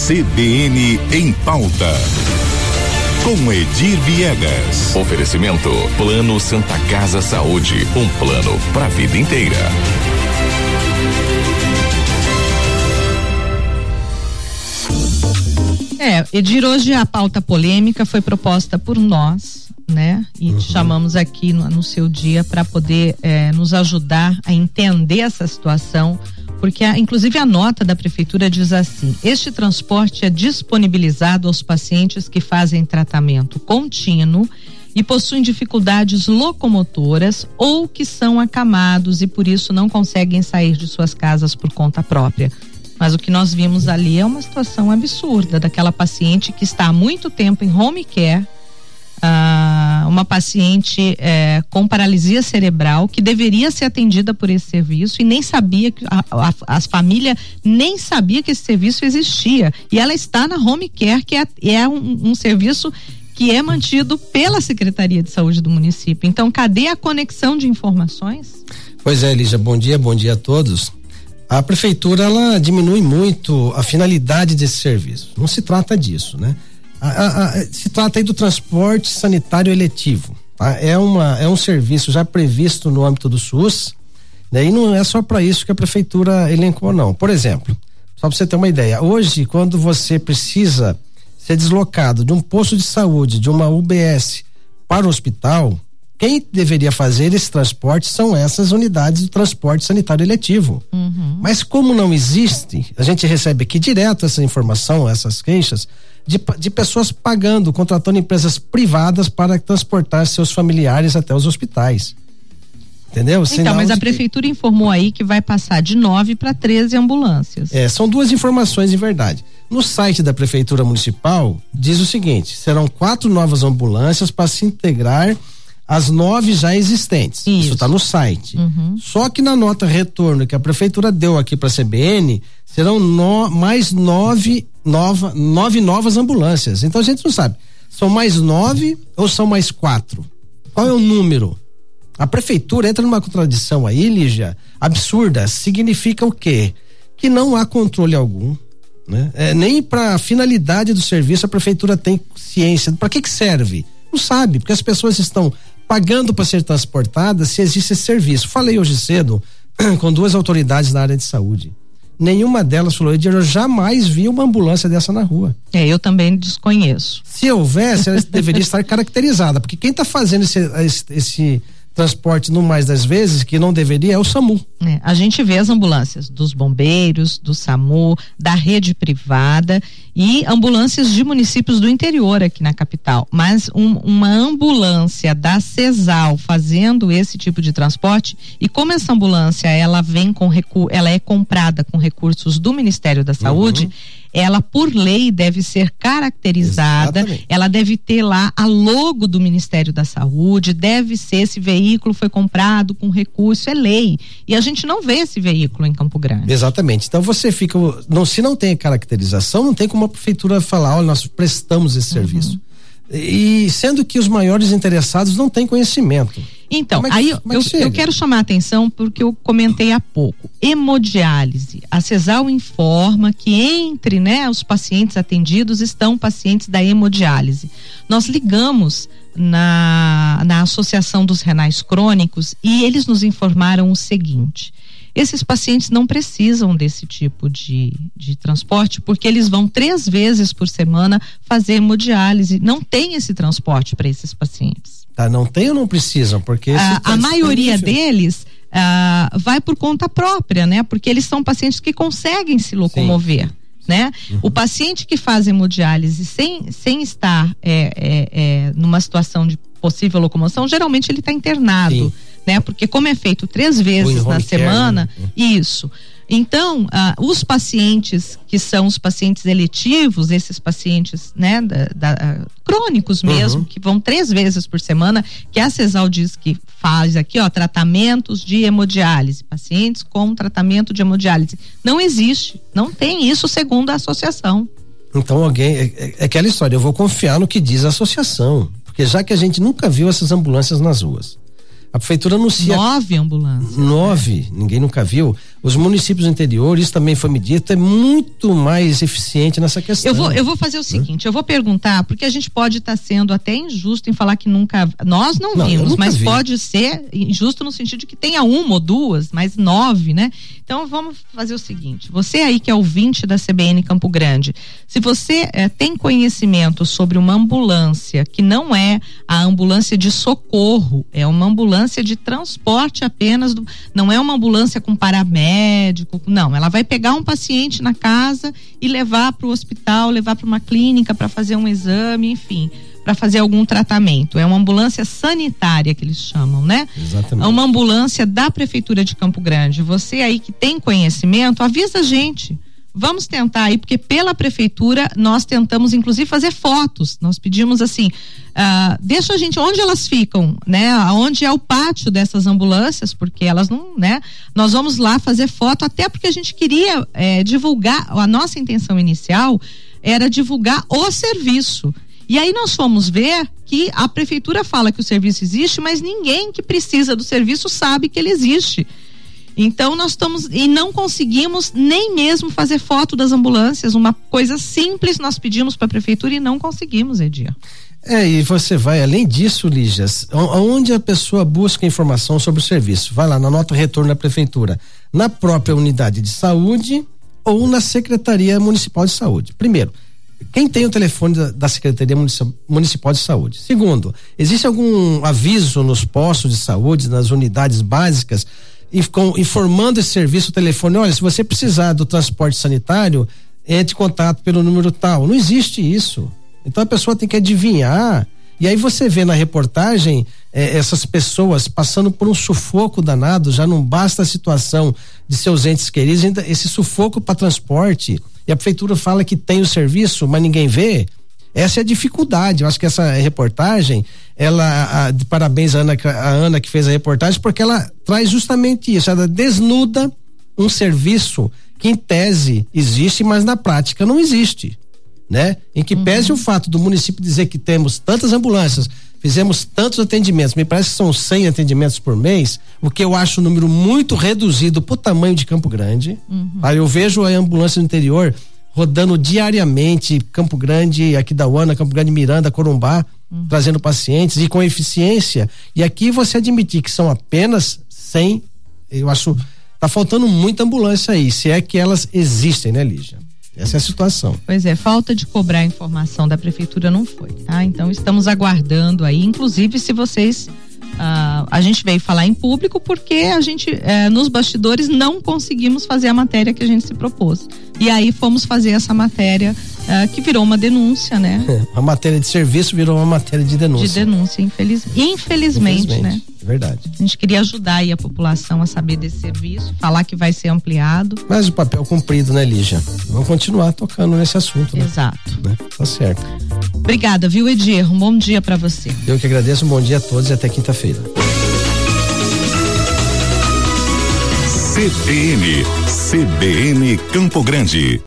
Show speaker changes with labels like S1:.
S1: CBN em Pauta. Com Edir Viegas. Oferecimento Plano Santa Casa Saúde, um plano pra vida inteira.
S2: Edir, hoje a pauta polêmica foi proposta por nós, né? E te chamamos aqui no seu dia para poder nos ajudar a entender essa situação, porque inclusive a nota da prefeitura diz assim: este transporte é disponibilizado aos pacientes que fazem tratamento contínuo e possuem dificuldades locomotoras ou que são acamados e por isso não conseguem sair de suas casas por conta própria. Mas o que nós vimos ali é uma situação absurda daquela paciente que está há muito tempo em home care, uma paciente com paralisia cerebral que deveria ser atendida por esse serviço e nem sabia que a família nem sabia que esse serviço existia, e ela está na home care, que é um serviço que é mantido pela Secretaria de Saúde do município. Então, cadê a conexão de informações?
S3: Pois é, Lígia, bom dia a todos. A prefeitura, ela diminui muito a finalidade desse serviço. Não se trata disso, né? Se trata aí do transporte sanitário eletivo, tá? É um serviço já previsto no âmbito do SUS, né? E não é só para isso que a prefeitura elencou, não. Por exemplo, só para você ter uma ideia, hoje, quando você precisa ser deslocado de um posto de saúde, de uma UBS para o hospital, quem deveria fazer esse transporte são essas unidades do transporte sanitário eletivo. Mas como não existe, a gente recebe aqui direto essa informação, essas queixas de pessoas pagando, contratando empresas privadas para transportar seus familiares até os hospitais. Entendeu?
S2: Então, mas a prefeitura informou aí que vai passar de 9 para 13 ambulâncias.
S3: São duas informações em verdade. No site da prefeitura municipal diz o seguinte: serão 4 novas ambulâncias para se integrar as 9 já existentes. Isso está no site. Só que na nota retorno que a prefeitura deu aqui para a CBN, serão mais 9 novas ambulâncias. Então a gente não sabe, são mais 9 ou são mais 4? Qual é o número? A prefeitura entra numa contradição aí, Lígia, absurda. Significa o quê? Que não há controle algum, né? Nem para a finalidade do serviço a prefeitura tem ciência. Para que serve? Não sabe, porque as pessoas estão pagando para ser transportadas se existe esse serviço. Falei hoje cedo com 2 autoridades na área de saúde. Nenhuma delas falou: eu jamais vi uma ambulância dessa na rua.
S2: Eu também desconheço.
S3: Se houvesse, ela deveria estar caracterizada, porque quem está fazendo esse transporte no mais das vezes, que não deveria, é o SAMU.
S2: A gente vê as ambulâncias dos bombeiros, do SAMU, da rede privada e ambulâncias de municípios do interior aqui na capital, mas uma ambulância da CESAL fazendo esse tipo de transporte, e como essa ambulância ela é comprada com recursos do Ministério da Saúde, ela por lei deve ser caracterizada. Exatamente. Ela deve ter lá a logo do Ministério da Saúde, esse veículo foi comprado com recurso, é lei, e a gente não vê esse veículo em Campo Grande.
S3: Exatamente, então você fica, se não tem caracterização, não tem como a prefeitura falar: olha, nós prestamos esse serviço. E sendo que os maiores interessados não têm conhecimento.
S2: Então, eu quero chamar a atenção porque eu comentei há pouco. Hemodiálise. A CESAL informa que entre os pacientes atendidos estão pacientes da hemodiálise. Nós ligamos na Associação dos Renais Crônicos e eles nos informaram o seguinte: esses pacientes não precisam desse tipo de transporte, porque eles vão 3 vezes por semana fazer hemodiálise. Não tem esse transporte para esses pacientes.
S3: Não tem ou não precisam? Porque
S2: a maioria deles vai por conta própria, né? Porque eles são pacientes que conseguem se locomover. Né? O paciente que faz hemodiálise sem estar numa situação de possível locomoção, geralmente ele está internado, né? Porque como é feito 3 vezes na semana, isso. Então, os pacientes que são os pacientes eletivos, esses pacientes, né, crônicos mesmo, que vão 3 vezes por semana, que a CESAL diz que faz aqui, tratamentos de hemodiálise, pacientes com tratamento de hemodiálise. Não existe, não tem isso segundo a associação.
S3: Então é aquela história, eu vou confiar no que diz a associação, porque já que a gente nunca viu essas ambulâncias nas ruas, A prefeitura anuncia
S2: 9 ambulâncias.
S3: 9, ninguém nunca viu. Os municípios do interior, isso também foi medido, é muito mais eficiente nessa questão.
S2: Eu vou fazer o seguinte, eu vou perguntar, porque a gente pode estar sendo até injusto em falar que nós não vimos, mas pode ser injusto no sentido de que tenha 1 ou 2, mas 9, né? Então vamos fazer o seguinte, você aí que é ouvinte da CBN Campo Grande, se você tem conhecimento sobre uma ambulância que não é a ambulância de socorro, é uma ambulância de transporte apenas, não é uma ambulância com paramédico, não, ela vai pegar um paciente na casa e levar para o hospital, levar para uma clínica para fazer um exame, enfim, para fazer algum tratamento. É uma ambulância sanitária que eles chamam, né?
S3: Exatamente.
S2: É uma ambulância da Prefeitura de Campo Grande. Você aí que tem conhecimento, avisa a gente. Vamos tentar aí, porque pela prefeitura nós tentamos inclusive fazer fotos, nós pedimos assim, deixa a gente, onde elas ficam, né? Onde é o pátio dessas ambulâncias, porque elas não, né? Nós vamos lá fazer foto, até porque a gente queria divulgar, a nossa intenção inicial era divulgar o serviço. E aí nós fomos ver que a prefeitura fala que o serviço existe, mas ninguém que precisa do serviço sabe que ele existe. Então nós estamos e não conseguimos nem mesmo fazer foto das ambulâncias, uma coisa simples nós pedimos para a prefeitura e não conseguimos, Edir.
S3: E você vai, além disso, Lígias, onde a pessoa busca informação sobre o serviço? Vai lá na nota retorno da prefeitura, na própria unidade de saúde ou na Secretaria Municipal de Saúde. Primeiro, quem tem o telefone da Secretaria Municipal de Saúde? Segundo, existe algum aviso nos postos de saúde, nas unidades básicas, informando esse serviço, o telefone, olha, se você precisar do transporte sanitário, entre em contato pelo número tal. Não existe isso. Então a pessoa tem que adivinhar, e aí você vê na reportagem essas pessoas passando por um sufoco danado, já não basta a situação de seus entes queridos, ainda esse sufoco para transporte, e a prefeitura fala que tem o serviço, mas ninguém vê. Essa é a dificuldade. Eu acho que essa reportagem, parabéns a Ana que fez a reportagem, porque ela traz justamente isso, ela desnuda um serviço que em tese existe, mas na prática não existe, né? Em que pese o fato do município dizer que temos tantas ambulâncias, fizemos tantos atendimentos, me parece que são 100 atendimentos por mês, o que eu acho um número muito reduzido pro tamanho de Campo Grande. Aí eu vejo a ambulância no interior rodando diariamente, Campo Grande, Aquidauana, Campo Grande, Miranda, Corumbá, trazendo pacientes e com eficiência. E aqui você admitir que são apenas 100, eu acho, tá faltando muita ambulância aí, se é que elas existem, né, Lígia? Essa é a situação.
S2: Pois é, falta de cobrar informação da prefeitura não foi, tá? Então estamos aguardando aí, inclusive se vocês, a gente veio falar em público porque a gente, nos bastidores não conseguimos fazer a matéria que a gente se propôs. E aí fomos fazer essa matéria que virou uma denúncia, né?
S3: A matéria de serviço virou uma matéria de denúncia.
S2: De denúncia, infelizmente, né?
S3: É verdade.
S2: A gente queria ajudar aí a população a saber desse serviço, falar que vai ser ampliado.
S3: Mas o papel cumprido, né, Lígia? Vamos continuar tocando nesse assunto, né?
S2: Exato.
S3: Né? Tá certo.
S2: Obrigada, viu, Edir? Um bom dia pra você.
S3: Eu que agradeço, um bom dia a todos e até quinta-feira.
S1: CBN Campo Grande.